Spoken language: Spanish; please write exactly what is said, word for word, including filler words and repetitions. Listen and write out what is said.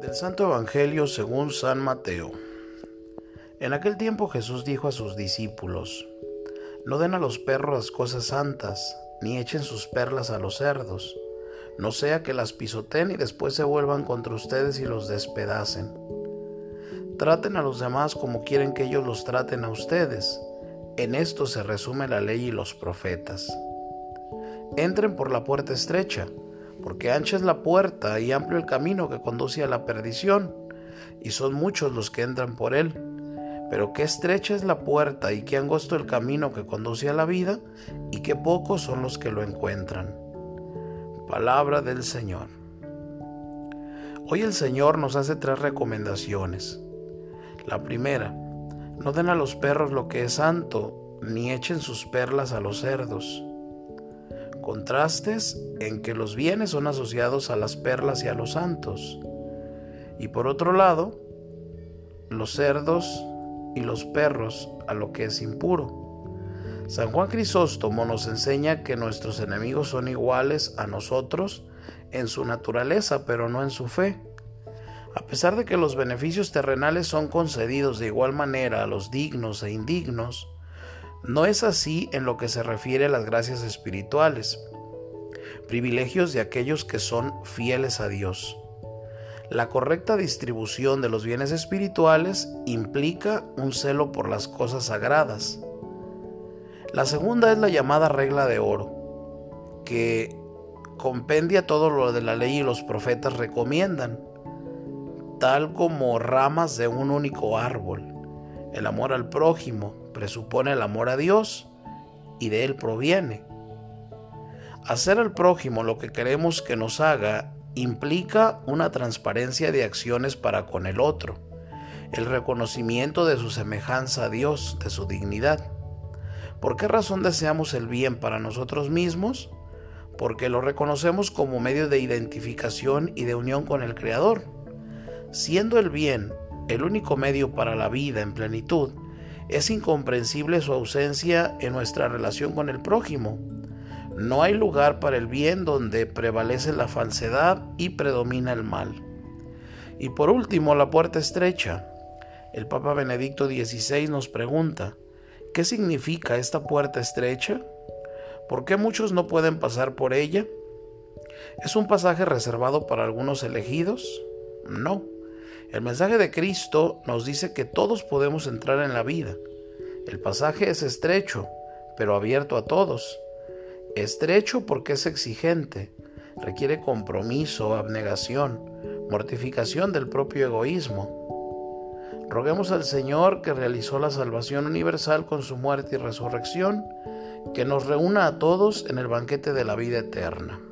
Del Santo Evangelio según San Mateo. En aquel tiempo Jesús dijo a sus discípulos: No den a los perros las cosas santas, ni echen sus perlas a los cerdos, no sea que las pisoteen y después se vuelvan contra ustedes y los despedacen. Traten a los demás como quieren que ellos los traten a ustedes. En esto se resume la ley y los profetas. Entren por la puerta estrecha, porque ancha es la puerta y amplio el camino que conduce a la perdición, y son muchos los que entran por él. Pero qué estrecha es la puerta y qué angosto el camino que conduce a la vida, y qué pocos son los que lo encuentran. Palabra del Señor. Hoy el Señor nos hace tres recomendaciones. La primera: no den a los perros lo que es santo, ni echen sus perlas a los cerdos. Contrastes en que los bienes son asociados a las perlas y a los santos. Y por otro lado, los cerdos y los perros a lo que es impuro. San Juan Crisóstomo nos enseña que nuestros enemigos son iguales a nosotros en su naturaleza, pero no en su fe. A pesar de que los beneficios terrenales son concedidos de igual manera a los dignos e indignos, no es así en lo que se refiere a las gracias espirituales, privilegios de aquellos que son fieles a Dios. La correcta distribución de los bienes espirituales implica un celo por las cosas sagradas. La segunda es la llamada regla de oro, que compendia todo lo de la ley y los profetas recomiendan, tal como ramas de un único árbol. El amor al prójimo presupone el amor a Dios y de él proviene. Hacer al prójimo lo que queremos que nos haga implica una transparencia de acciones para con el otro, el reconocimiento de su semejanza a Dios, de su dignidad. ¿Por qué razón deseamos el bien para nosotros mismos? Porque lo reconocemos como medio de identificación y de unión con el Creador. Siendo el bien el único medio para la vida en plenitud, es incomprensible su ausencia en nuestra relación con el prójimo. No hay lugar para el bien donde prevalece la falsedad y predomina el mal. Y por último, la puerta estrecha. El Papa Benedicto dieciséis nos pregunta: ¿qué significa esta puerta estrecha? ¿Por qué muchos no pueden pasar por ella? ¿Es un pasaje reservado para algunos elegidos? No. El mensaje de Cristo nos dice que todos podemos entrar en la vida. El pasaje es estrecho, pero abierto a todos. Estrecho porque es exigente, requiere compromiso, abnegación, mortificación del propio egoísmo. Roguemos al Señor, que realizó la salvación universal con su muerte y resurrección, que nos reúna a todos en el banquete de la vida eterna.